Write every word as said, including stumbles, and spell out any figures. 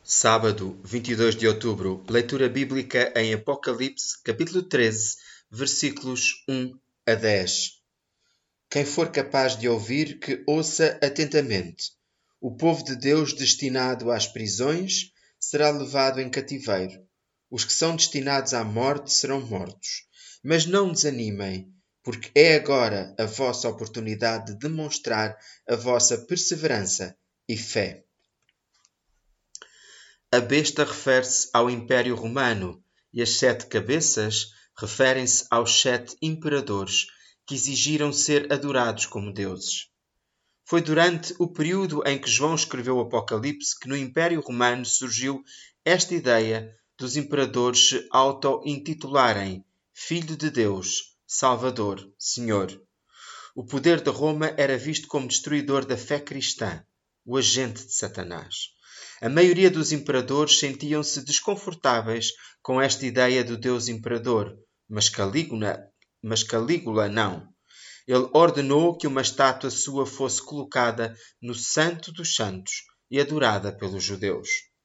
Sábado, vinte e dois de outubro, leitura bíblica em Apocalipse, capítulo treze, versículos um a dez. Quem for capaz de ouvir, que ouça atentamente. O povo de Deus destinado às prisões será levado em cativeiro. Os que são destinados à morte serão mortos. Mas não desanimem, porque é agora a vossa oportunidade de demonstrar a vossa perseverança e fé. A besta refere-se ao Império Romano e as sete cabeças referem-se aos sete imperadores que exigiram ser adorados como deuses. Foi durante o período em que João escreveu o Apocalipse que no Império Romano surgiu esta ideia dos imperadores se auto-intitularem Filho de Deus, Salvador, Senhor. O poder de Roma era visto como destruidor da fé cristã, o agente de Satanás. A maioria dos imperadores sentiam-se desconfortáveis com esta ideia do Deus imperador, mas Calígula, mas Calígula não. Ele ordenou que uma estátua sua fosse colocada no Santo dos Santos e adorada pelos judeus.